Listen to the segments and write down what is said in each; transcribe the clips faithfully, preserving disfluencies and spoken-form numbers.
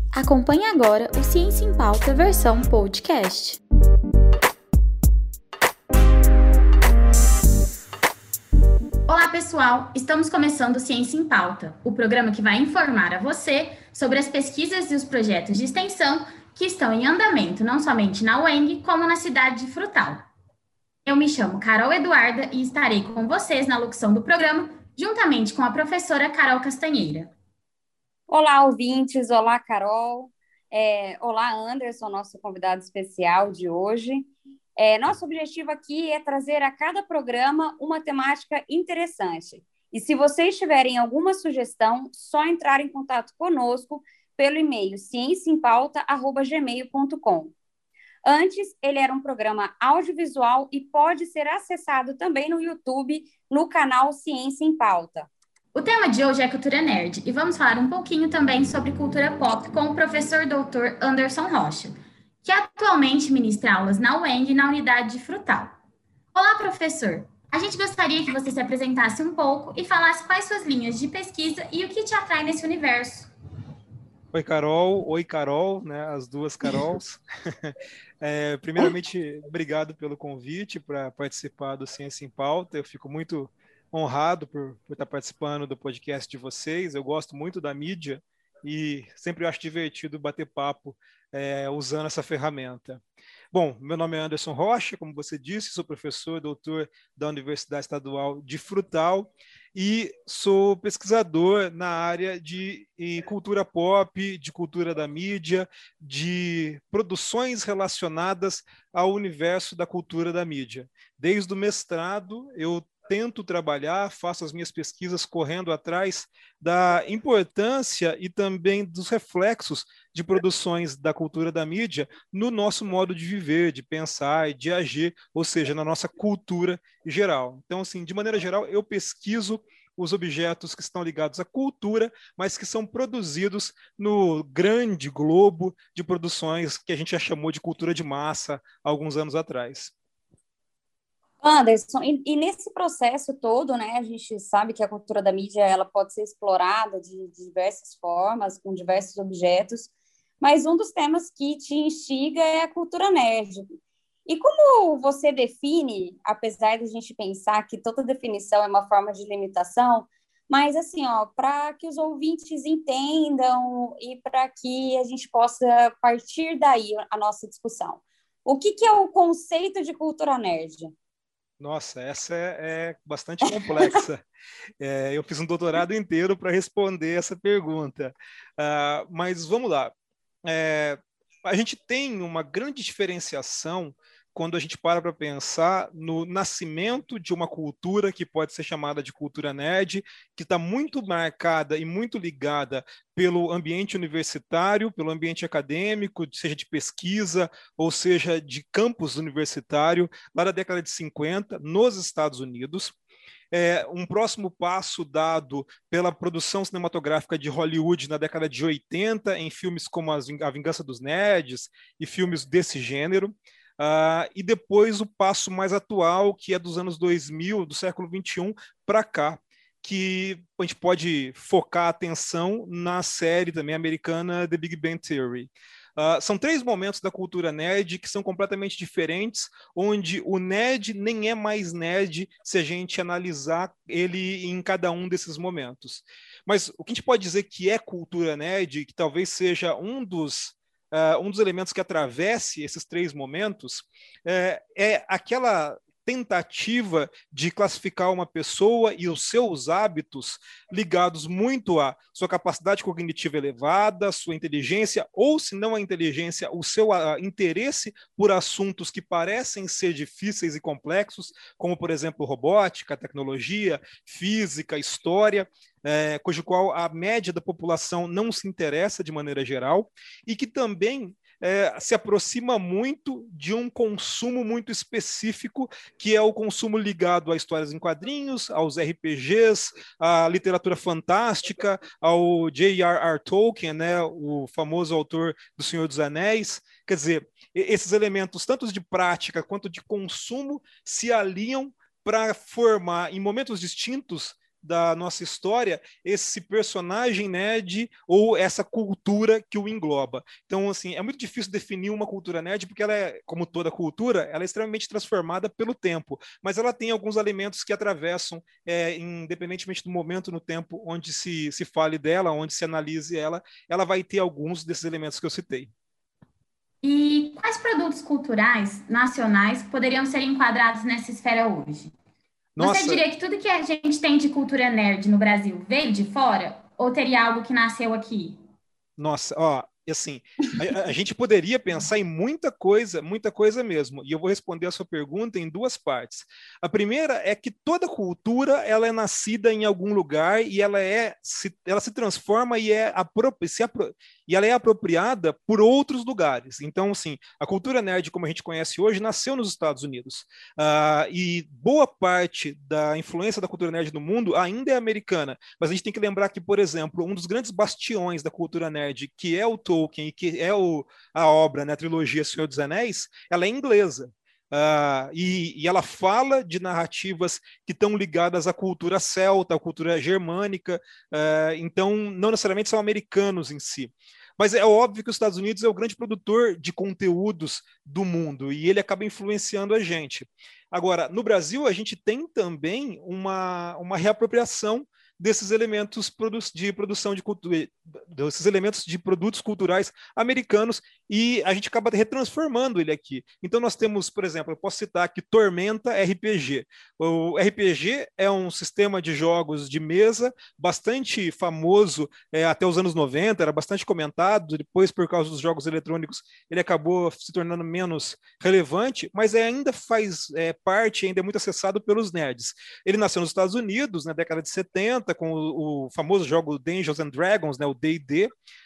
Acompanhe agora o Ciência em Pauta versão podcast. Olá, pessoal! Estamos começando o Ciência em Pauta, o programa que vai informar a você sobre as pesquisas e os projetos de extensão que estão em andamento não somente na U E N G, como na cidade de Frutal. Eu me chamo Carol Eduarda e estarei com vocês na locução do programa, juntamente com a professora Carol Castanheira. Olá, ouvintes! Olá, Carol! É, olá, Anderson, nosso convidado especial de hoje. É, nosso objetivo aqui é trazer a cada programa uma temática interessante. E se vocês tiverem alguma sugestão, só entrar em contato conosco pelo e-mail cienciaempauta arroba gmail ponto com. Antes, ele era um programa audiovisual e pode ser acessado também no YouTube, no canal Ciência em Pauta. O tema de hoje é cultura nerd e vamos falar um pouquinho também sobre cultura pop com o professor doutor Anderson Rocha, que atualmente ministra aulas na U E N G na unidade de Frutal. Olá, professor! A gente gostaria que você se apresentasse um pouco e falasse quais suas linhas de pesquisa e o que te atrai nesse universo. Oi, Carol. Oi, Carol, né? As duas Carols. É, primeiramente, obrigado pelo convite para participar do Ciência em Pauta. Eu fico muito honrado por, por estar participando do podcast de vocês. Eu gosto muito da mídia e sempre acho divertido bater papo é, usando essa ferramenta. Bom, meu nome é Anderson Rocha, como você disse, sou professor, doutor da Universidade Estadual de Frutal e sou pesquisador na área de cultura pop, de cultura da mídia, de produções relacionadas ao universo da cultura da mídia. Desde o mestrado, eu tento trabalhar, faço as minhas pesquisas correndo atrás da importância e também dos reflexos de produções da cultura da mídia no nosso modo de viver, de pensar e de agir, ou seja, na nossa cultura geral. Então, assim, de maneira geral, eu pesquiso os objetos que estão ligados à cultura, mas que são produzidos no grande globo de produções que a gente já chamou de cultura de massa há alguns anos atrás. Anderson, e, e nesse processo todo, né, a gente sabe que a cultura da mídia ela pode ser explorada de, de diversas formas, com diversos objetos, mas um dos temas que te instiga é a cultura nerd. E como você define, apesar de a gente pensar que toda definição é uma forma de limitação, mas assim, ó, para que os ouvintes entendam e para que a gente possa partir daí a nossa discussão. O que, que é o conceito de cultura nerd? Nossa, essa é, é bastante complexa. É, eu fiz um doutorado inteiro para responder essa pergunta. Uh, mas vamos lá. É, a gente tem uma grande diferenciação quando a gente para para pensar no nascimento de uma cultura que pode ser chamada de cultura nerd, que está muito marcada e muito ligada pelo ambiente universitário, pelo ambiente acadêmico, seja de pesquisa, ou seja de campus universitário, lá da década de cinquenta, nos Estados Unidos. É, um próximo passo dado pela produção cinematográfica de Hollywood na década de oitenta, em filmes como A Vingança dos Nerds e filmes desse gênero. Uh, e depois o passo mais atual, que é dos anos dois mil, do século vinte e um, para cá, que a gente pode focar a atenção na série também americana The Big Bang Theory. Uh, são três momentos da cultura nerd que são completamente diferentes, onde o nerd nem é mais nerd se a gente analisar ele em cada um desses momentos. Mas o que a gente pode dizer que é cultura nerd, que talvez seja um dos Uh, um dos elementos que atravesse esses três momentos uh, é aquela tentativa de classificar uma pessoa e os seus hábitos ligados muito à sua capacidade cognitiva elevada, sua inteligência, ou se não a inteligência, o seu uh, interesse por assuntos que parecem ser difíceis e complexos, como, por exemplo, robótica, tecnologia, física, história, É, cujo qual a média da população não se interessa de maneira geral, e que também é, se aproxima muito de um consumo muito específico, que é o consumo ligado a histórias em quadrinhos, aos R P Gs, à literatura fantástica, ao J R R Tolkien, né, o famoso autor do Senhor dos Anéis. Quer dizer, esses elementos, tanto de prática quanto de consumo, se aliam para formar, em momentos distintos, da nossa história esse personagem nerd ou essa cultura que o engloba. Então, assim, é muito difícil definir uma cultura nerd, porque ela é, como toda cultura, ela é extremamente transformada pelo tempo, mas ela tem alguns elementos que atravessam, é, independentemente do momento no tempo onde se, se fale dela, onde se analise ela, ela vai ter alguns desses elementos que eu citei. E quais produtos culturais nacionais poderiam ser enquadrados nessa esfera hoje? Nossa. Você diria que tudo que a gente tem de cultura nerd no Brasil veio de fora? Ou teria algo que nasceu aqui? Nossa, ó, assim, a, a gente poderia pensar em muita coisa, muita coisa mesmo. E eu vou responder a sua pergunta em duas partes. A primeira é que toda cultura ela é nascida em algum lugar e ela é se, ela se transforma e é apropri, se apro, e ela é apropriada por outros lugares. Então, assim, a cultura nerd, como a gente conhece hoje, nasceu nos Estados Unidos. Uh, e boa parte da influência da cultura nerd no mundo ainda é americana. Mas a gente tem que lembrar que, por exemplo, um dos grandes bastiões da cultura nerd, que é o Tolkien e que é o, a obra, né, a trilogia Senhor dos Anéis, ela é inglesa. Uh, e, e ela fala de narrativas que estão ligadas à cultura celta, à cultura germânica, uh, então não necessariamente são americanos em si. Mas é óbvio que os Estados Unidos é o grande produtor de conteúdos do mundo e ele acaba influenciando a gente. Agora, no Brasil, a gente tem também uma, uma reapropriação desses elementos de produção de cultura, desses elementos de produtos culturais americanos, e a gente acaba retransformando ele aqui. Então nós temos, por exemplo, eu posso citar aqui Tormenta R P G. O R P G é um sistema de jogos de mesa bastante famoso é, até os anos noventa, era bastante comentado, depois por causa dos jogos eletrônicos ele acabou se tornando menos relevante, mas ainda faz é, parte, ainda é muito acessado pelos nerds. Ele nasceu nos Estados Unidos, na década de setenta, com o, o famoso jogo Dungeons and Dragons, né, o D e D,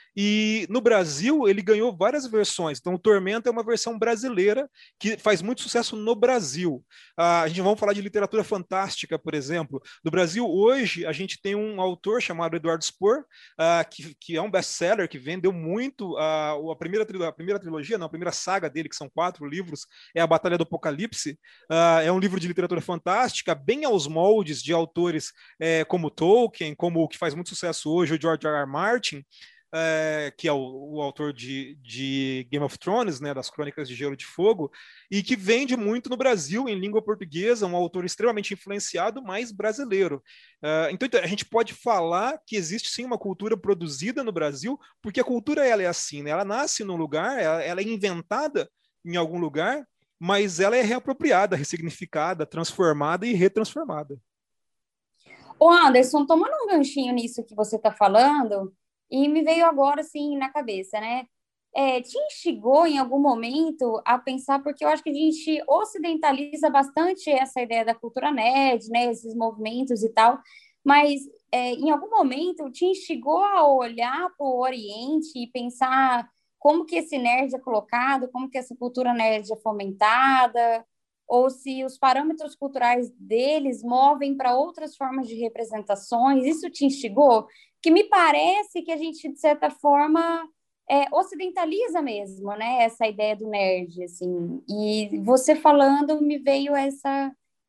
e no Brasil ele ganhou várias versões. Então o Tormenta é uma versão brasileira que faz muito sucesso no Brasil. Ah, a gente vai falar de literatura fantástica, por exemplo. No Brasil hoje a gente tem um autor chamado Eduardo Spohr, ah, que, que é um best-seller, que vendeu muito. Ah, a, primeira trilogia, a primeira trilogia, não, a primeira saga dele, que são quatro livros, é A Batalha do Apocalipse. Ah, é um livro de literatura fantástica, bem aos moldes de autores é, como Tolkien, como o que faz muito sucesso hoje, o George R. R. Martin. É, que é o, o autor de, de Game of Thrones, né, das Crônicas de Gelo e de Fogo, e que vende muito no Brasil, em língua portuguesa, um autor extremamente influenciado, mas brasileiro. Uh, então, a gente pode falar que existe sim uma cultura produzida no Brasil, porque a cultura ela é assim, né? Ela nasce num lugar, ela, ela é inventada em algum lugar, mas ela é reapropriada, ressignificada, transformada e retransformada. Ô Anderson, tomando um ganchinho nisso que você está falando, e me veio agora, assim, na cabeça, né? É, te instigou em algum momento a pensar, porque eu acho que a gente ocidentaliza bastante essa ideia da cultura nerd, né? Esses movimentos e tal, mas é, em algum momento te instigou a olhar para o Oriente e pensar como que esse nerd é colocado, como que essa cultura nerd é fomentada, ou se os parâmetros culturais deles movem para outras formas de representações. Isso te instigou? Que me parece que a gente, de certa forma, é, ocidentaliza mesmo, né? Essa ideia do nerd, assim. E você falando, me veio essa,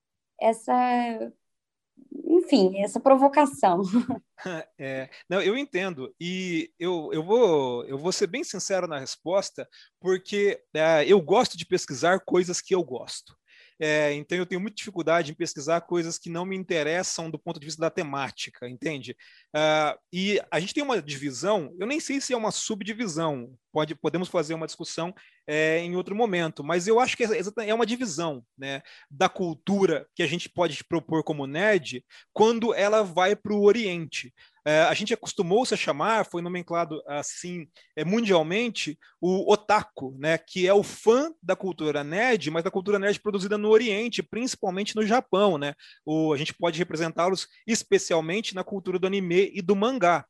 essa enfim, essa provocação. É, não, eu entendo. E eu, eu, vou, eu vou ser bem sincero na resposta, porque é, eu gosto de pesquisar coisas que eu gosto. É, então eu tenho muita dificuldade em pesquisar coisas que não me interessam do ponto de vista da temática, entende? Uh, e a gente tem uma divisão, eu nem sei se é uma subdivisão, pode, podemos fazer uma discussão é, em outro momento, mas eu acho que é uma divisão, né, da cultura que a gente pode propor como nerd quando ela vai para o Oriente. É, a gente acostumou-se a chamar, foi nomenclado assim é, mundialmente, o otaku, né, que é o fã da cultura nerd, mas da cultura nerd produzida no Oriente, principalmente no Japão. Né? O, a gente pode representá-los especialmente na cultura do anime e do mangá.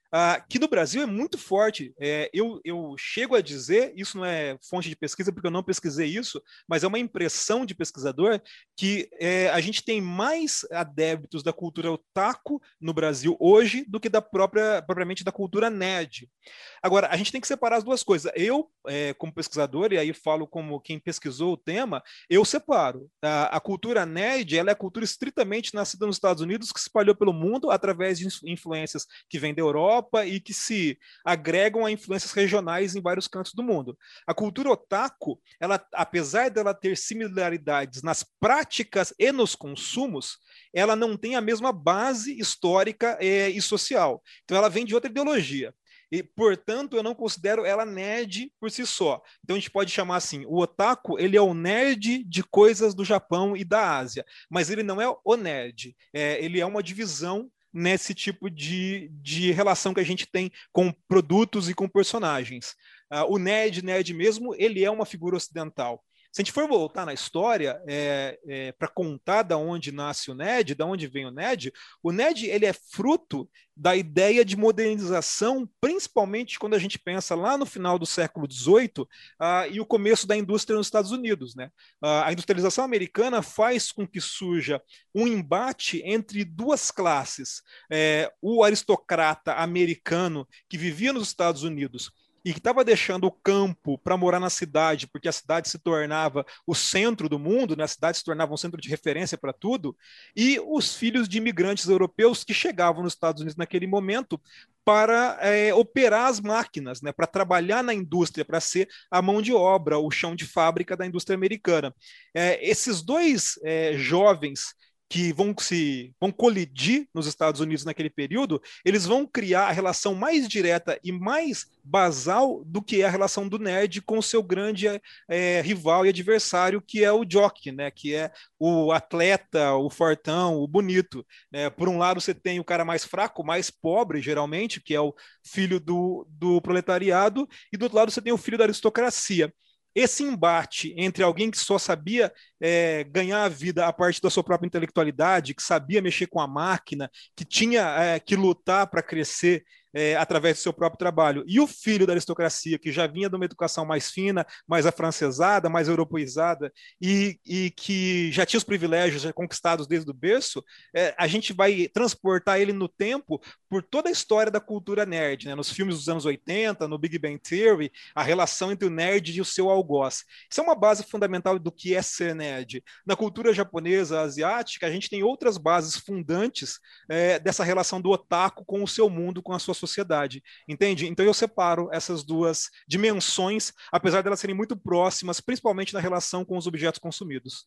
uh, que no Brasil é muito forte. É, eu, eu chego a dizer, isso não é fonte de pesquisa, porque eu não pesquisei isso, mas é uma impressão de pesquisador, que é, a gente tem mais adeptos da cultura otaku no Brasil hoje do que da própria, propriamente da cultura nerd. Agora, a gente tem que separar as duas coisas. Eu, é, como pesquisador, e aí falo como quem pesquisou o tema, eu separo. A, a cultura nerd, ela é a cultura estritamente nascida nos Estados Unidos, que se espalhou pelo mundo através de influências que vêm da Europa e que se agregam a influências regionais em vários cantos do mundo. A cultura otaku, ela, apesar dela ter similaridades nas práticas e nos consumos, ela não tem a mesma base histórica é, e social. Então, ela vem de outra ideologia. E, portanto, eu não considero ela nerd por si só. Então, a gente pode chamar assim, o otaku, ele é o nerd de coisas do Japão e da Ásia, mas ele não é o nerd. É, ele é uma divisão nesse tipo de, de relação que a gente tem com produtos e com personagens. Uh, o nerd, nerd mesmo, ele é uma figura ocidental. Se a gente for voltar na história, é, é, para contar da onde nasce o nerd, da onde vem o nerd, o nerd ele é fruto da ideia de modernização, principalmente quando a gente pensa lá no final do século dezoito uh, e o começo da indústria nos Estados Unidos, né? Uh, a industrialização americana faz com que surja um embate entre duas classes. É, o aristocrata americano que vivia nos Estados Unidos e que estava deixando o campo para morar na cidade, porque a cidade se tornava o centro do mundo, né? A cidade se tornava um centro de referência para tudo, e os filhos de imigrantes europeus que chegavam nos Estados Unidos naquele momento para é, operar as máquinas, né? Para trabalhar na indústria, para ser a mão de obra, o chão de fábrica da indústria americana. É, esses dois é, jovens que vão se vão colidir nos Estados Unidos naquele período, eles vão criar a relação mais direta e mais basal do que é a relação do nerd com o seu grande é, rival e adversário, que é o jockey, né? Que é o atleta, o fortão, o bonito. É, por um lado, você tem o cara mais fraco, mais pobre, geralmente, que é o filho do, do proletariado, e do outro lado você tem o filho da aristocracia. Esse embate entre alguém que só sabia é, ganhar a vida a partir da sua própria intelectualidade, que sabia mexer com a máquina, que tinha é, que lutar para crescer é, através do seu próprio trabalho, e o filho da aristocracia, que já vinha de uma educação mais fina, mais afrancesada, mais europeizada, e, e que já tinha os privilégios já conquistados desde o berço, é, a gente vai transportar ele no tempo por toda a história da cultura nerd, né? Nos filmes dos anos oitenta, no Big Bang Theory, a relação entre o nerd e o seu algoz. Isso é uma base fundamental do que é ser nerd. Na cultura japonesa, asiática, a gente tem outras bases fundantes é, dessa relação do otaku com o seu mundo, com a sua sociedade, entende? Então eu separo essas duas dimensões, apesar de elas serem muito próximas, principalmente na relação com os objetos consumidos.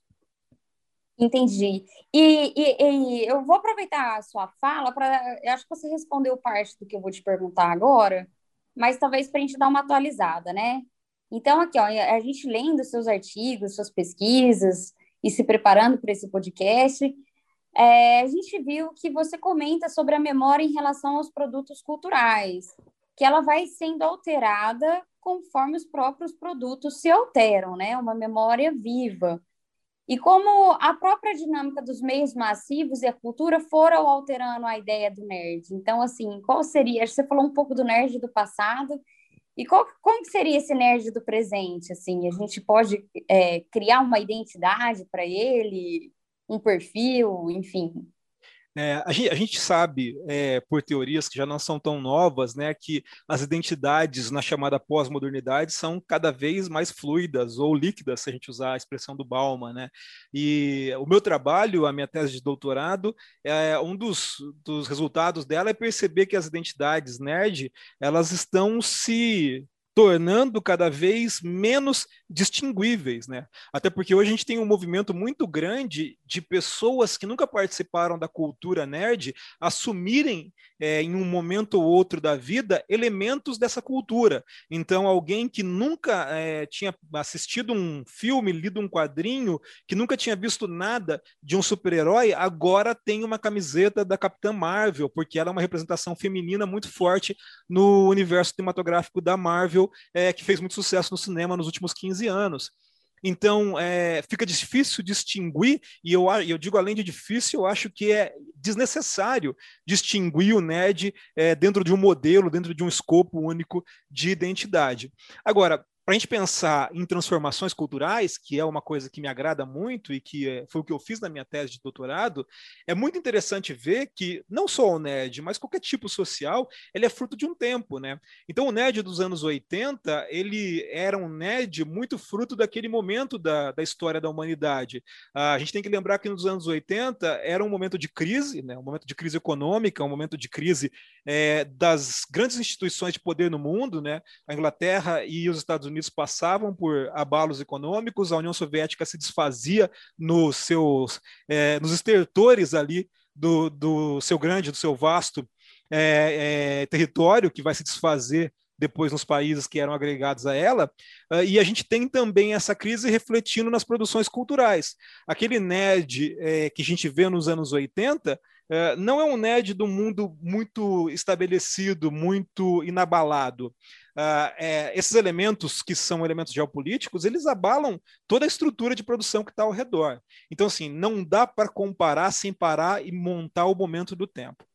Entendi. E, e, e eu vou aproveitar a sua fala para... Eu acho que você respondeu parte do que eu vou te perguntar agora, mas talvez para a gente dar uma atualizada, né? Então, aqui, ó, a gente lendo seus artigos, suas pesquisas e se preparando para esse podcast, é, a gente viu que você comenta sobre a memória em relação aos produtos culturais, que ela vai sendo alterada conforme os próprios produtos se alteram, né? Uma memória viva. E como a própria dinâmica dos meios massivos e a cultura foram alterando a ideia do nerd. Então, assim, qual seria... Você falou um pouco do nerd do passado, e qual, como que seria esse nerd do presente? Assim, a gente pode é, criar uma identidade para ele, um perfil, enfim. É, a, gente, a gente sabe, é, por teorias que já não são tão novas, né, que as identidades na chamada pós-modernidade são cada vez mais fluidas ou líquidas, se a gente usar a expressão do Bauman, né? E o meu trabalho, a minha tese de doutorado, é, um dos, dos resultados dela é perceber que as identidades nerd, elas estão se tornando cada vez menos distinguíveis, né? Até porque hoje a gente tem um movimento muito grande de pessoas que nunca participaram da cultura nerd assumirem é, em um momento ou outro da vida elementos dessa cultura. Então, alguém que nunca é, tinha assistido um filme, lido um quadrinho, que nunca tinha visto nada de um super-herói, agora tem uma camiseta da Capitã Marvel, porque ela é uma representação feminina muito forte no universo cinematográfico da Marvel, É, que fez muito sucesso no cinema nos últimos quinze anos. Então, é, fica difícil distinguir, e eu, eu digo além de difícil, eu acho que é desnecessário distinguir o nerd é, dentro de um modelo, dentro de um escopo único de identidade. Agora, para a gente pensar em transformações culturais, que é uma coisa que me agrada muito e que é, foi o que eu fiz na minha tese de doutorado, é muito interessante ver que não só o nerd, mas qualquer tipo social, ele é fruto de um tempo, né? Então, o nerd dos anos oitenta, ele era um nerd muito fruto daquele momento da, da história da humanidade. Ah, a gente tem que lembrar que nos anos oitenta era um momento de crise, né? Um momento de crise econômica, um momento de crise é, das grandes instituições de poder no mundo, né? A Inglaterra e os Estados Unidos Unidos passavam por abalos econômicos, a União Soviética se desfazia nos seus, é, nos estertores ali do, do seu grande, do seu vasto é, é, território, que vai se desfazer depois nos países que eram agregados a ela, uh, e a gente tem também essa crise refletindo nas produções culturais. Aquele nerd é, que a gente vê nos anos oitenta, Uh, não é um nerd do mundo muito estabelecido, muito inabalado. Uh, é, esses elementos, que são elementos geopolíticos, eles abalam toda a estrutura de produção que está ao redor. Então, assim, não dá para comparar sem parar e montar o momento do tempo.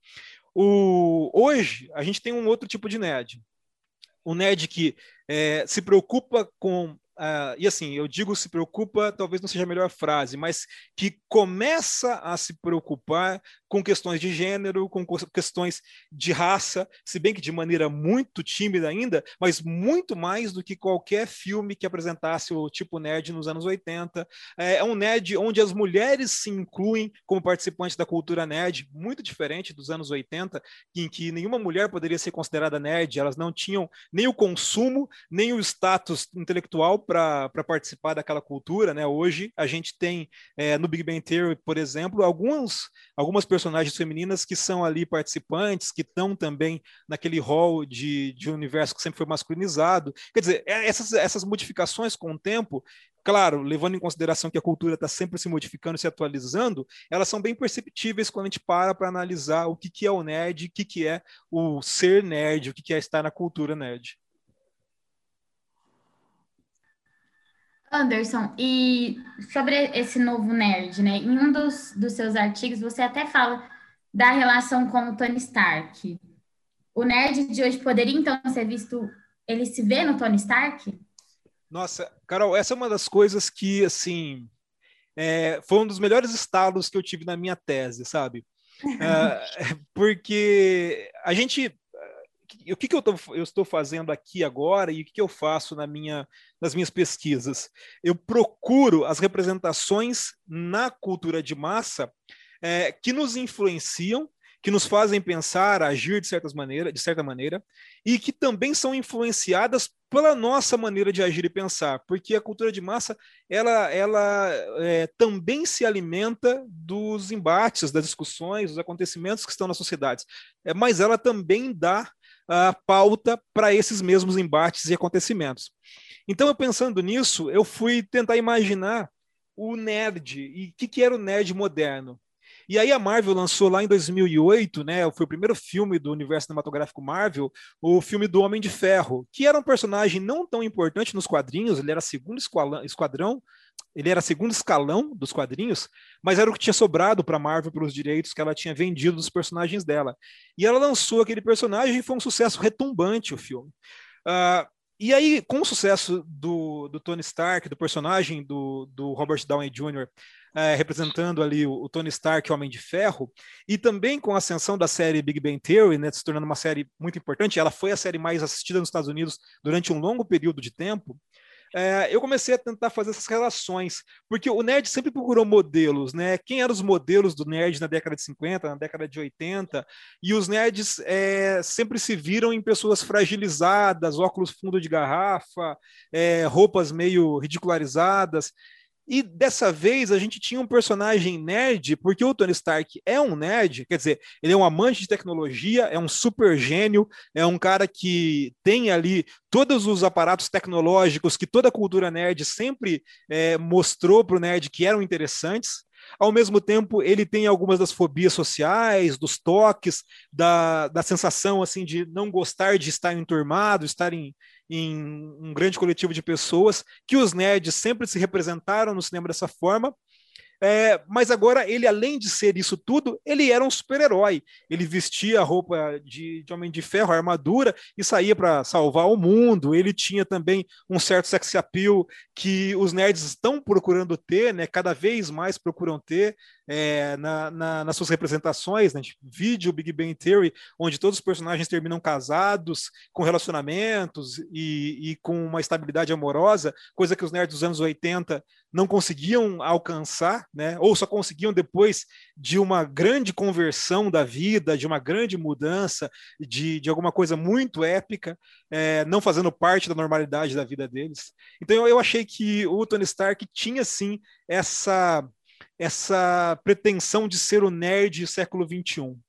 O, hoje, a gente tem um outro tipo de nerd. O nerd que é, se preocupa com... Uh, e assim, eu digo se preocupa, talvez não seja a melhor frase, mas que começa a se preocupar com questões de gênero, com questões de raça, se bem que de maneira muito tímida ainda, mas muito mais do que qualquer filme que apresentasse o tipo nerd nos anos oitenta. É um nerd onde as mulheres se incluem como participantes da cultura nerd, muito diferente dos anos oitenta, em que nenhuma mulher poderia ser considerada nerd, elas não tinham nem o consumo, nem o status intelectual para participar daquela cultura, né? Hoje a gente tem é, no Big Bang Theory, por exemplo, alguns, algumas personagens femininas que são ali participantes, que estão também naquele hall de, de universo que sempre foi masculinizado. Quer dizer, essas, essas modificações com o tempo, claro, levando em consideração que a cultura está sempre se modificando, se atualizando, elas são bem perceptíveis quando a gente para para analisar o que, que é o nerd, o que, que é o ser nerd, o que, que é estar na cultura nerd. Anderson, e sobre esse novo nerd, né? Em um dos, dos seus artigos, você até fala da relação com o Tony Stark. O nerd de hoje poderia, então, ser visto... Ele se vê no Tony Stark? Nossa, Carol, essa é uma das coisas que, assim... É, foi um dos melhores estalos que eu tive na minha tese, sabe? uh, porque a gente... O que, que eu, tô, eu estou fazendo aqui agora e o que, que eu faço na minha, nas minhas pesquisas? Eu procuro as representações na cultura de massa é, que nos influenciam, que nos fazem pensar, agir de, certas maneira, de certa maneira, e que também são influenciadas pela nossa maneira de agir e pensar, porque a cultura de massa ela, ela é, também se alimenta dos embates, das discussões, dos acontecimentos que estão nas sociedades, é, mas ela também dá a pauta para esses mesmos embates e acontecimentos. Então, eu pensando nisso, eu fui tentar imaginar o nerd, e o que, que era o nerd moderno. E aí a Marvel lançou lá em dois mil e oito, né, foi o primeiro filme do universo cinematográfico Marvel, o filme do Homem de Ferro, que era um personagem não tão importante nos quadrinhos, ele era segundo esquadrão, ele era segundo escalão dos quadrinhos, mas era o que tinha sobrado para a Marvel pelos direitos que ela tinha vendido dos personagens dela. E ela lançou aquele personagem e foi um sucesso retumbante o filme. Uh, e aí, com o sucesso do, do Tony Stark, do personagem do, do Robert Downey júnior, é, representando ali o, o Tony Stark, Homem de Ferro, e também com a ascensão da série Big Bang Theory, né, se tornando uma série muito importante, ela foi a série mais assistida nos Estados Unidos durante um longo período de tempo, é, eu comecei a tentar fazer essas relações, porque o nerd sempre procurou modelos, né? Quem eram os modelos do nerd na década de cinquenta, na década de oitenta, e os nerds é, sempre se viram em pessoas fragilizadas, óculos fundo de garrafa, é, roupas meio ridicularizadas. E dessa vez a gente tinha um personagem nerd, porque o Tony Stark é um nerd, quer dizer, ele é um amante de tecnologia, é um super gênio, é um cara que tem ali todos os aparatos tecnológicos que toda a cultura nerd sempre é, mostrou para o nerd que eram interessantes. Ao mesmo tempo, ele tem algumas das fobias sociais, dos toques, da, da sensação assim de não gostar de estar enturmado, estar em, em um grande coletivo de pessoas, que os nerds sempre se representaram no cinema dessa forma. É, mas agora ele, além de ser isso tudo, ele era um super-herói. Ele vestia a roupa de, de Homem de Ferro, a armadura, e saía para salvar o mundo. Ele tinha também um certo sex appeal que os nerds estão procurando ter, né? Cada vez mais procuram ter é, na, na, nas suas representações. Né? Vídeo Big Bang Theory, onde todos os personagens terminam casados, com relacionamentos e, e com uma estabilidade amorosa, coisa que os nerds dos anos oitenta não conseguiam alcançar, né? Ou só conseguiam depois de uma grande conversão da vida, de uma grande mudança, de, de alguma coisa muito épica, é, não fazendo parte da normalidade da vida deles. Então eu, eu achei que o Tony Stark tinha, sim, essa, essa pretensão de ser o nerd século vinte e um.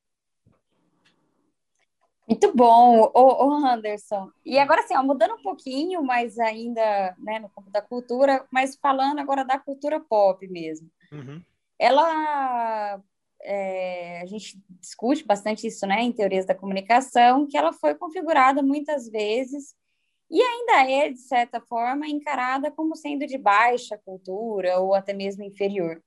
Muito bom, ô, ô Anderson. E agora, assim, ó, mudando um pouquinho, mas ainda, né, no campo da cultura, mas falando agora da cultura pop mesmo. Uhum. Ela, é, a gente discute bastante isso, né, em teorias da comunicação, que ela foi configurada muitas vezes e ainda é, de certa forma, encarada como sendo de baixa cultura ou até mesmo inferior.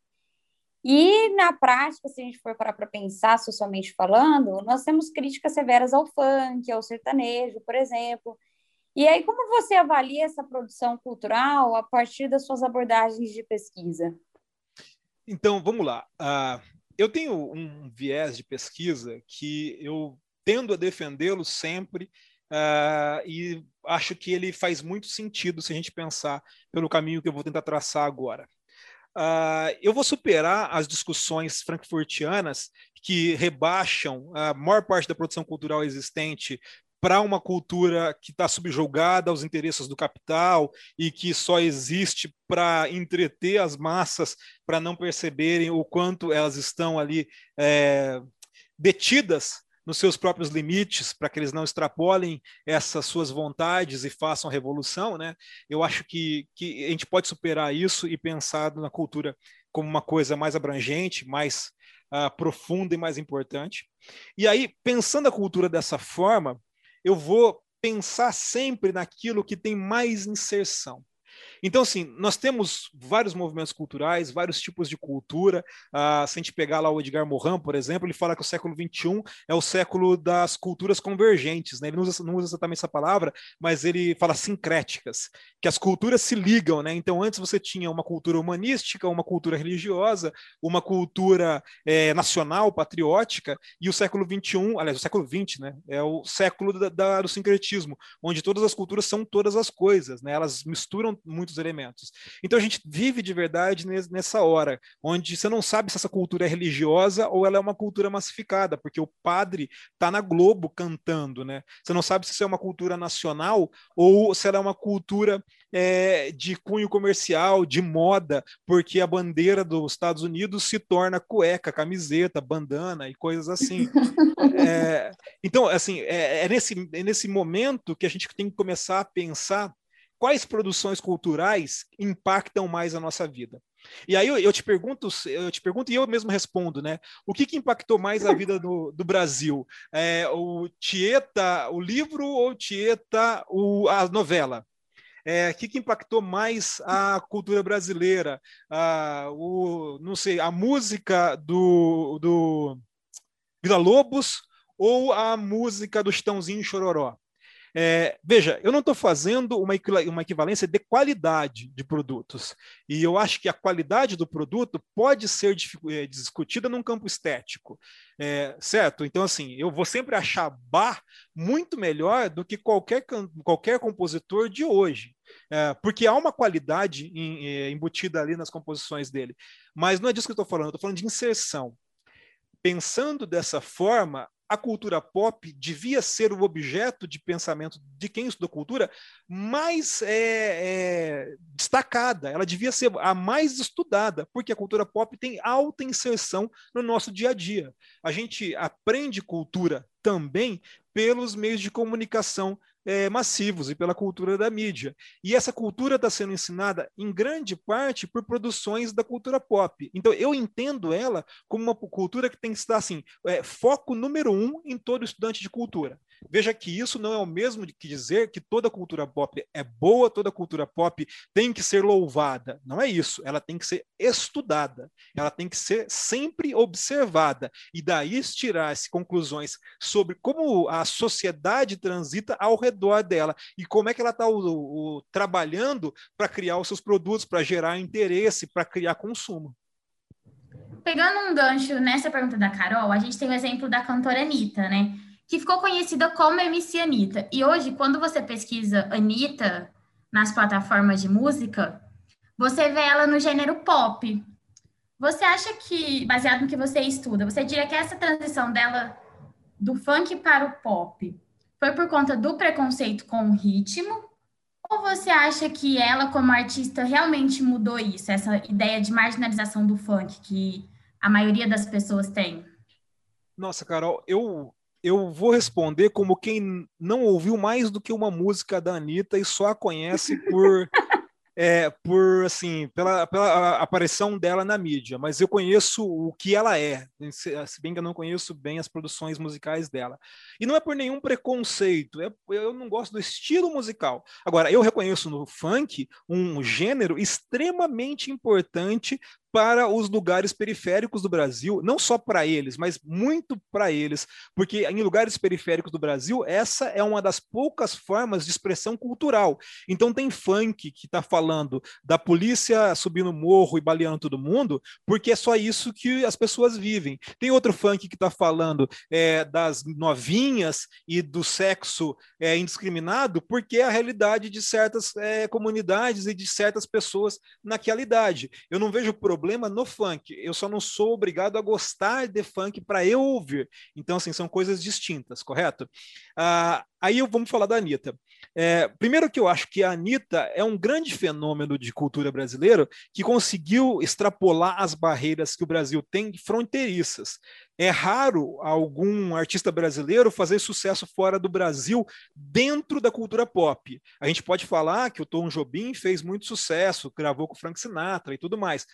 E, na prática, se a gente for parar para pensar, socialmente falando, nós temos críticas severas ao funk, ao sertanejo, por exemplo. E aí, como você avalia essa produção cultural a partir das suas abordagens de pesquisa? Então, vamos lá. Uh, eu tenho um viés de pesquisa que eu tendo a defendê-lo sempre uh, e acho que ele faz muito sentido se a gente pensar pelo caminho que eu vou tentar traçar agora. Uh, eu vou superar as discussões frankfurtianas que rebaixam a maior parte da produção cultural existente para uma cultura que está subjugada aos interesses do capital e que só existe para entreter as massas, para não perceberem o quanto elas estão ali é, detidas nos seus próprios limites, para que eles não extrapolem essas suas vontades e façam a revolução, né? Eu acho que, que a gente pode superar isso e pensar na cultura como uma coisa mais abrangente, mais uh, profunda e mais importante. E aí, pensando a cultura dessa forma, eu vou pensar sempre naquilo que tem mais inserção. Então, assim, nós temos vários movimentos culturais, vários tipos de cultura. Uh, se a gente pegar lá o Edgar Morin, por exemplo, ele fala que o século vinte e um é o século das culturas convergentes, né? Ele não usa, não usa exatamente essa palavra, mas ele fala sincréticas, que as culturas se ligam, né? Então, antes você tinha uma cultura humanística, uma cultura religiosa, uma cultura é, nacional, patriótica, e o século vinte e um, aliás, o século vinte, né? É o século da, da, do sincretismo, onde todas as culturas são todas as coisas, né? Elas misturam muitos elementos. Então a gente vive de verdade nessa hora, onde você não sabe se essa cultura é religiosa ou ela é uma cultura massificada, porque o padre está na Globo cantando, né? Você não sabe se isso é uma cultura nacional ou se ela é uma cultura é, de cunho comercial, de moda, porque a bandeira dos Estados Unidos se torna cueca, camiseta, bandana e coisas assim. É, então, assim, é, é, nesse, é nesse momento que a gente tem que começar a pensar quais produções culturais impactam mais a nossa vida. E aí eu, eu te pergunto, eu te pergunto e eu mesmo respondo, né? O que, que impactou mais a vida do, do Brasil? É, o Tieta, o livro ou Tieta, o, a novela? É, o que, que impactou mais a cultura brasileira? Ah, o, não sei, a música do, do Villa-Lobos ou a música do Chitãozinho e Chororó? É, veja, eu não estou fazendo uma, uma equivalência de qualidade de produtos. E eu acho que a qualidade do produto pode ser é, discutida num campo estético. É, certo? Então, assim, eu vou sempre achar Bach muito melhor do que qualquer, qualquer compositor de hoje. É, porque há uma qualidade em, é, embutida ali nas composições dele. Mas não é disso que eu estou falando, eu estou falando de inserção. Pensando dessa forma, a cultura pop devia ser o objeto de pensamento de quem estuda cultura mais é, é, destacada, ela devia ser a mais estudada, porque a cultura pop tem alta inserção no nosso dia a dia. A gente aprende cultura também pelos meios de comunicação é, massivos e pela cultura da mídia. E essa cultura está sendo ensinada, em grande parte, por produções da cultura pop. Então, eu entendo ela como uma cultura que tem que estar, assim, é, foco número um em todo estudante de cultura. Veja que isso não é o mesmo que dizer que toda cultura pop é boa, toda cultura pop tem que ser louvada. Não é isso. Ela tem que ser estudada. Ela tem que ser sempre observada. E daí tirar-se conclusões sobre como a sociedade transita ao redor dela e como é que ela está trabalhando para criar os seus produtos, para gerar interesse, para criar consumo. Pegando um gancho nessa pergunta da Carol, a gente tem o exemplo da cantora Anitta, né? Que ficou conhecida como M C Anitta. E hoje, quando você pesquisa Anitta nas plataformas de música, você vê ela no gênero pop. Você acha que, baseado no que você estuda, você diria que essa transição dela do funk para o pop foi por conta do preconceito com o ritmo? Ou você acha que ela, como artista, realmente mudou isso, essa ideia de marginalização do funk que a maioria das pessoas tem? Nossa, Carol, eu... Eu vou responder como quem não ouviu mais do que uma música da Anitta e só a conhece por, é, por assim, pela, pela aparição dela na mídia. Mas eu conheço o que ela é, se bem que eu não conheço bem as produções musicais dela. E não é por nenhum preconceito, é, eu não gosto do estilo musical. Agora, eu reconheço no funk um gênero extremamente importante para os lugares periféricos do Brasil, não só para eles, mas muito para eles, porque em lugares periféricos do Brasil, essa é uma das poucas formas de expressão cultural. Então tem funk que está falando da polícia subindo o morro e baleando todo mundo, porque é só isso que as pessoas vivem. Tem outro funk que está falando é, das novinhas e do sexo é, indiscriminado, porque é a realidade de certas é, comunidades e de certas pessoas naquela idade. Eu não vejo problema problema no funk, eu só não sou obrigado a gostar de funk para eu ouvir. Então, assim, são coisas distintas, correto? Ah, aí vamos falar da Anitta. É, primeiro que eu acho que a Anitta é um grande fenômeno de cultura brasileiro que conseguiu extrapolar as barreiras que o Brasil tem fronteiriças. É raro algum artista brasileiro fazer sucesso fora do Brasil dentro da cultura pop. A gente pode falar que o Tom Jobim fez muito sucesso, gravou com o Frank Sinatra e tudo mais,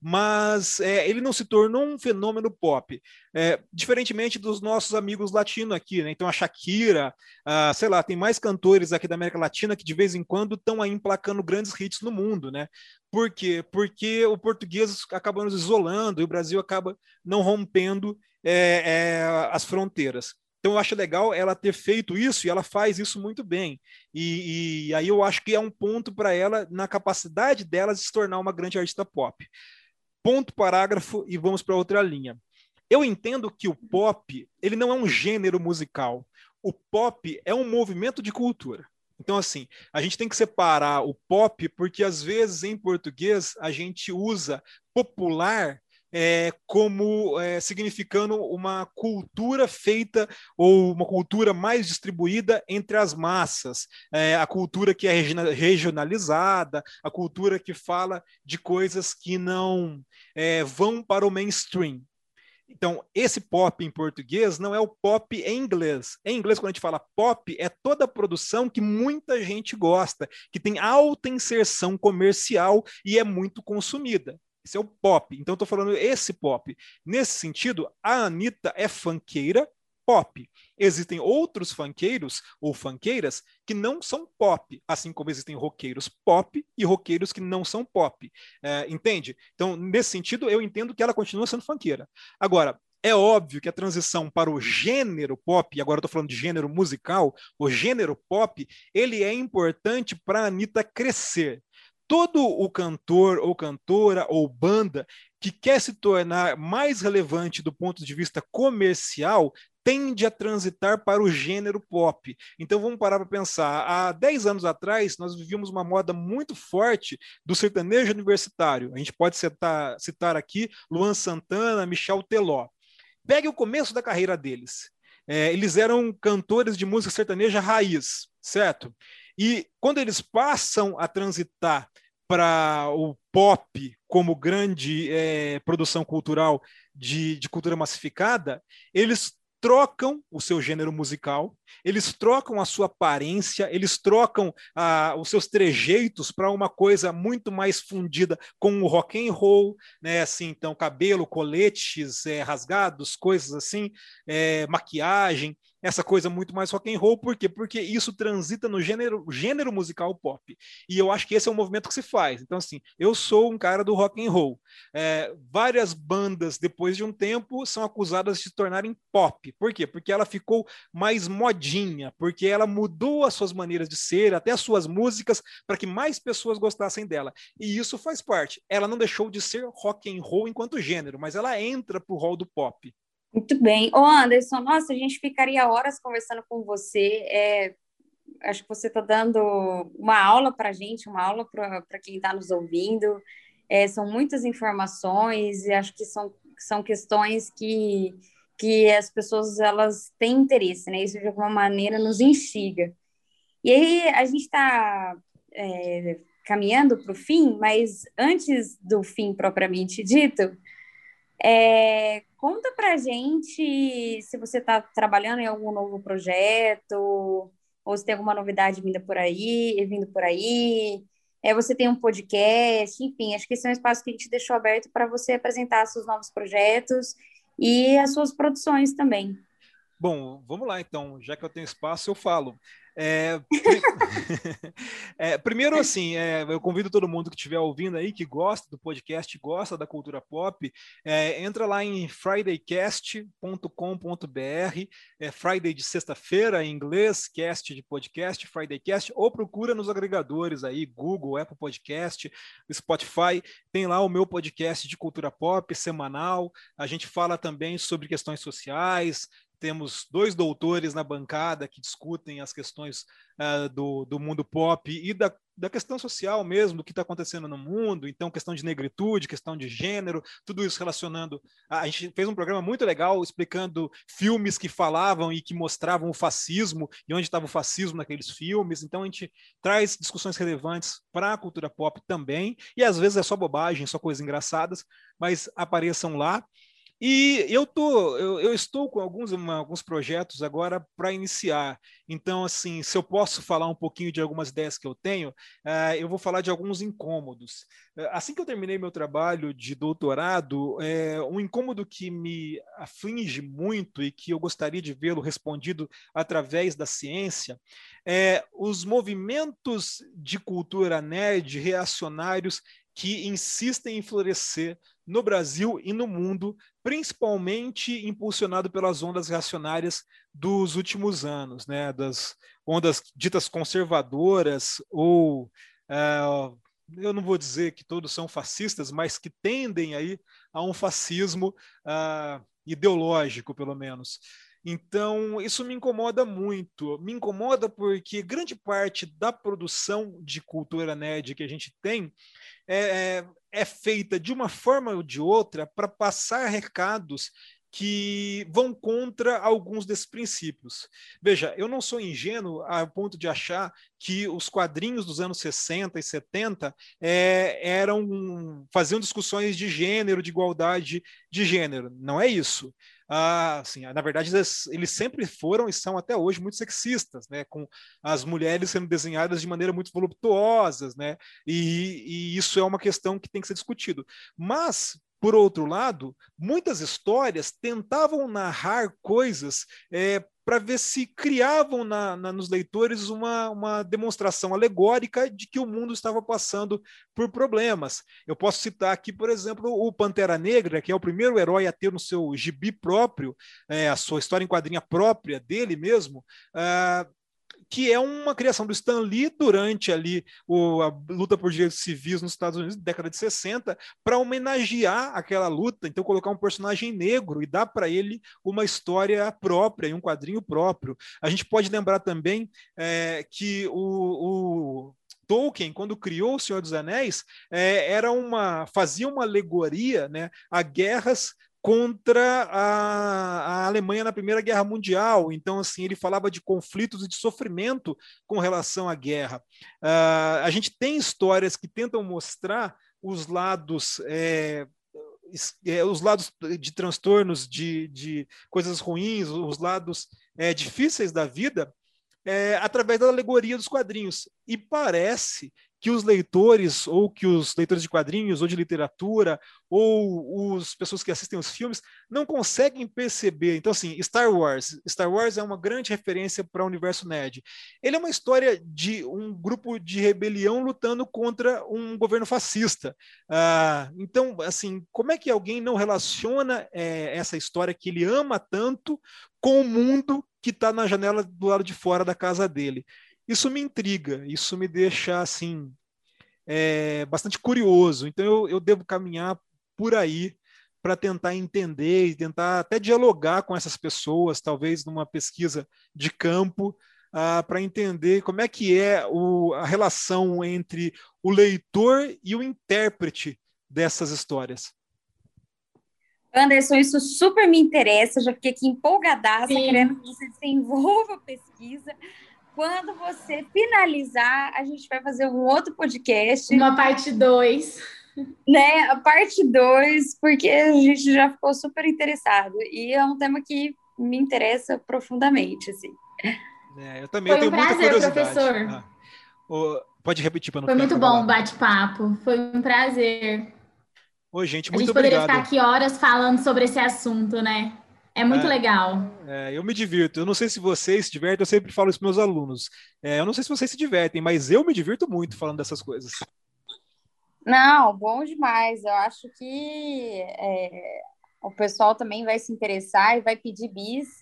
mas é, ele não se tornou um fenômeno pop, é, diferentemente dos nossos amigos latinos aqui, né? Então a Shakira, a, sei lá, tem mais cantores aqui da América Latina que de vez em quando estão aí emplacando grandes hits no mundo, né? Por quê? Porque o português acaba nos isolando e o Brasil acaba não rompendo é, é, as fronteiras. Então eu acho legal ela ter feito isso e ela faz isso muito bem. E, e aí eu acho que é um ponto para ela na capacidade dela de se tornar uma grande artista pop. Ponto, parágrafo, e vamos para outra linha. Eu entendo que o pop, ele não é um gênero musical. O pop é um movimento de cultura. Então, assim, a gente tem que separar o pop, porque às vezes em português a gente usa popular é, como é, significando uma cultura feita ou uma cultura mais distribuída entre as massas, é, a cultura que é regionalizada, a cultura que fala de coisas que não é, vão para o mainstream. Então, esse pop em português não é o pop em inglês. Em inglês, quando a gente fala pop, é toda a produção que muita gente gosta, que tem alta inserção comercial e é muito consumida. Esse é o pop. Então, eu estou falando esse pop. Nesse sentido, a Anitta é funkeira pop. Existem outros funkeiros ou funkeiras que não são pop, assim como existem roqueiros pop e roqueiros que não são pop. É, entende? Então, nesse sentido, eu entendo que ela continua sendo funkeira. Agora, é óbvio que a transição para o gênero pop, e agora eu estou falando de gênero musical, o gênero pop, ele é importante para a Anitta crescer. Todo o cantor ou cantora ou banda que quer se tornar mais relevante do ponto de vista comercial tende a transitar para o gênero pop. Então vamos parar para pensar. Há dez anos atrás, nós vivíamos uma moda muito forte do sertanejo universitário. A gente pode citar, citar aqui Luan Santana, Michel Teló. Pegue o começo da carreira deles. É, eles eram cantores de música sertaneja raiz, certo? E quando eles passam a transitar para o pop como grande é, produção cultural de, de cultura massificada, eles trocam o seu gênero musical, eles trocam a sua aparência, eles trocam ah, os seus trejeitos para uma coisa muito mais fundida com o rock and roll, né? Assim, então, cabelo, coletes é, rasgados, coisas assim, é, maquiagem, essa coisa muito mais rock and roll. Por quê? Porque isso transita no gênero, gênero musical pop. E eu acho que esse é o movimento que se faz. Então, assim, eu sou um cara do rock and roll. É, várias bandas, depois de um tempo, são acusadas de se tornarem pop. Por quê? Porque ela ficou mais modinha, porque ela mudou as suas maneiras de ser, até as suas músicas, para que mais pessoas gostassem dela. E isso faz parte. Ela não deixou de ser rock and roll enquanto gênero, mas ela entra para o rol do pop. Muito bem. Ô, Anderson, nossa, a gente ficaria horas conversando com você. É, acho que você está dando uma aula para a gente, uma aula para quem está nos ouvindo. É, são muitas informações e acho que são, são questões que, que as pessoas elas têm interesse, né? Isso, de alguma maneira, nos instiga. E aí, a gente está é, caminhando para o fim, mas antes do fim propriamente dito, É, conta pra gente se você está trabalhando em algum novo projeto, ou se tem alguma novidade vinda por aí, vindo por aí. É, você tem um podcast, enfim, acho que esse é um espaço que a gente deixou aberto para você apresentar seus novos projetos e as suas produções também. Bom, vamos lá então, já que eu tenho espaço, eu falo. É, pri... é, primeiro, assim, é, eu convido todo mundo que estiver ouvindo aí, que gosta do podcast, gosta da cultura pop, é, entra lá em friday cast ponto com ponto b r, é Friday de sexta-feira em inglês, cast de podcast, FridayCast, ou procura nos agregadores aí, Google, Apple Podcast, Spotify, tem lá o meu podcast de cultura pop semanal, a gente fala também sobre questões sociais. Temos dois doutores na bancada que discutem as questões uh, do, do mundo pop e da, da questão social mesmo, do que está acontecendo no mundo. Então, questão de negritude, questão de gênero, tudo isso relacionando. A gente fez um programa muito legal explicando filmes que falavam e que mostravam o fascismo e onde estava o fascismo naqueles filmes. Então, a gente traz discussões relevantes para a cultura pop também. E às vezes é só bobagem, só coisas engraçadas, mas apareçam lá. E eu, tô, eu, eu estou com alguns, uma, alguns projetos agora para iniciar. Então, assim, se eu posso falar um pouquinho de algumas ideias que eu tenho, uh, eu vou falar de alguns incômodos. Uh, assim que eu terminei meu trabalho de doutorado, é, um incômodo que me aflige muito e que eu gostaria de vê-lo respondido através da ciência é os movimentos de cultura nerd reacionários que insistem em florescer no Brasil e no mundo, principalmente impulsionado pelas ondas reacionárias dos últimos anos, né? Das ondas ditas conservadoras ou, uh, eu não vou dizer que todos são fascistas, mas que tendem aí a um fascismo uh, ideológico, pelo menos. Então, isso me incomoda muito. Me incomoda porque grande parte da produção de cultura nerd que a gente tem é, é feita de uma forma ou de outra para passar recados que vão contra alguns desses princípios. Veja, eu não sou ingênuo a ponto de achar que os quadrinhos dos anos sessenta e setenta é, eram, faziam discussões de gênero, de igualdade de gênero. Não é isso. Ah, assim, na verdade, eles, eles sempre foram e são até hoje muito sexistas, né? Com as mulheres sendo desenhadas de maneira muito voluptuosas, né? E, e isso é uma questão que tem que ser discutido. Mas, por outro lado, muitas histórias tentavam narrar coisas é, para ver se criavam na, na, nos leitores uma, uma demonstração alegórica de que o mundo estava passando por problemas. Eu posso citar aqui, por exemplo, o Pantera Negra, que é o primeiro herói a ter no seu gibi próprio, é, a sua história em quadrinha própria dele mesmo, uh, que é uma criação do Stan Lee durante ali o, a luta por direitos civis nos Estados Unidos, década de sessenta, para homenagear aquela luta, então colocar um personagem negro e dar para ele uma história própria e um quadrinho próprio. A gente pode lembrar também é, que o, o Tolkien, quando criou O Senhor dos Anéis, é, era uma, fazia uma alegoria, né, a guerras contra a, a Alemanha na Primeira Guerra Mundial. Então, assim, ele falava de conflitos e de sofrimento com relação à guerra. Uh, a gente tem histórias que tentam mostrar os lados é, é, os lados de transtornos, de, de coisas ruins, os lados é, difíceis da vida, é, através da alegoria dos quadrinhos. E parece que os leitores, ou que os leitores de quadrinhos, ou de literatura, ou as pessoas que assistem os filmes, não conseguem perceber. Então, assim, Star Wars. Star Wars é uma grande referência para o universo nerd. Ele é uma história de um grupo de rebelião lutando contra um governo fascista. Ah, então, assim, como é que alguém não relaciona é, essa história que ele ama tanto com o mundo que está na janela do lado de fora da casa dele? Isso me intriga, isso me deixa assim é, bastante curioso. Então eu, eu devo caminhar por aí para tentar entender e tentar até dialogar com essas pessoas, talvez numa pesquisa de campo, ah, para entender como é que é o, a relação entre o leitor e o intérprete dessas histórias. Anderson, isso super me interessa, já fiquei aqui empolgadaça, Sim. querendo que você desenvolva a pesquisa. Quando você finalizar, a gente vai fazer um outro podcast. Uma parte dois. Né? A parte dois, porque a gente já ficou super interessado. E é um tema que me interessa profundamente, assim. É, eu também Foi eu um tenho muita prazer, curiosidade. professor. Ah, oh, pode repetir para não Foi ficar muito bom o encavalado. bate-papo. Foi um prazer. Oi, gente, A muito gente poderia obrigado. ficar aqui horas falando sobre esse assunto, né? É muito É, legal. é, eu me divirto. Eu não sei se vocês se divertem, eu sempre falo isso para meus alunos. É, eu não sei se vocês se divertem, mas eu me divirto muito falando dessas coisas. Não, bom demais. Eu acho que é, o pessoal também vai se interessar e vai pedir bis.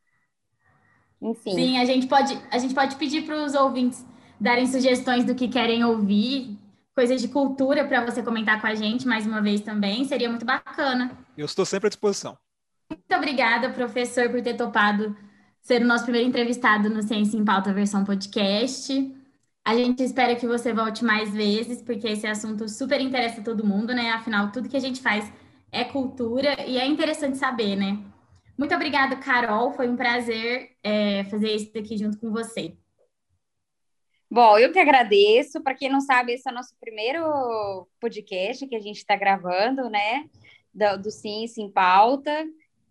Enfim. Sim, a gente pode, a gente pode pedir para os ouvintes darem sugestões do que querem ouvir, coisas de cultura para você comentar com a gente mais uma vez também. Seria muito bacana. Eu estou sempre à disposição. Muito obrigada, professor, por ter topado ser o nosso primeiro entrevistado no Ciência em Pauta versão podcast. A gente espera que você volte mais vezes, porque esse assunto super interessa todo mundo, né? Afinal, tudo que a gente faz é cultura e é interessante saber, né? Muito obrigada, Carol. Foi um prazer é, fazer isso aqui junto com você. Bom, eu que agradeço. Para quem não sabe, esse é o nosso primeiro podcast que a gente está gravando, né? Do, do Ciência em Pauta.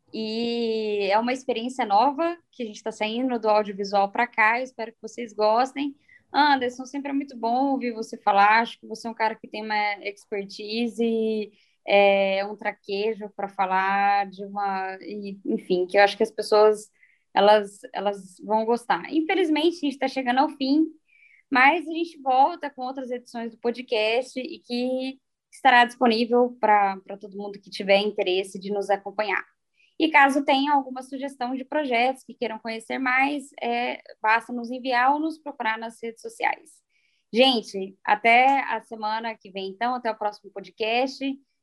E é uma experiência nova que a gente está saindo do audiovisual para cá. Eu espero que vocês gostem. Anderson, sempre é muito bom ouvir você falar. Acho que você é um cara que tem uma expertise, é, um traquejo para falar de uma... E, enfim, que eu acho que as pessoas elas, elas vão gostar. Infelizmente, a gente está chegando ao fim, mas a gente volta com outras edições do podcast e que estará disponível para todo mundo que tiver interesse de nos acompanhar. E caso tenha alguma sugestão de projetos que queiram conhecer mais, é, basta nos enviar ou nos procurar nas redes sociais. Gente, até a semana que vem, então, até o próximo podcast.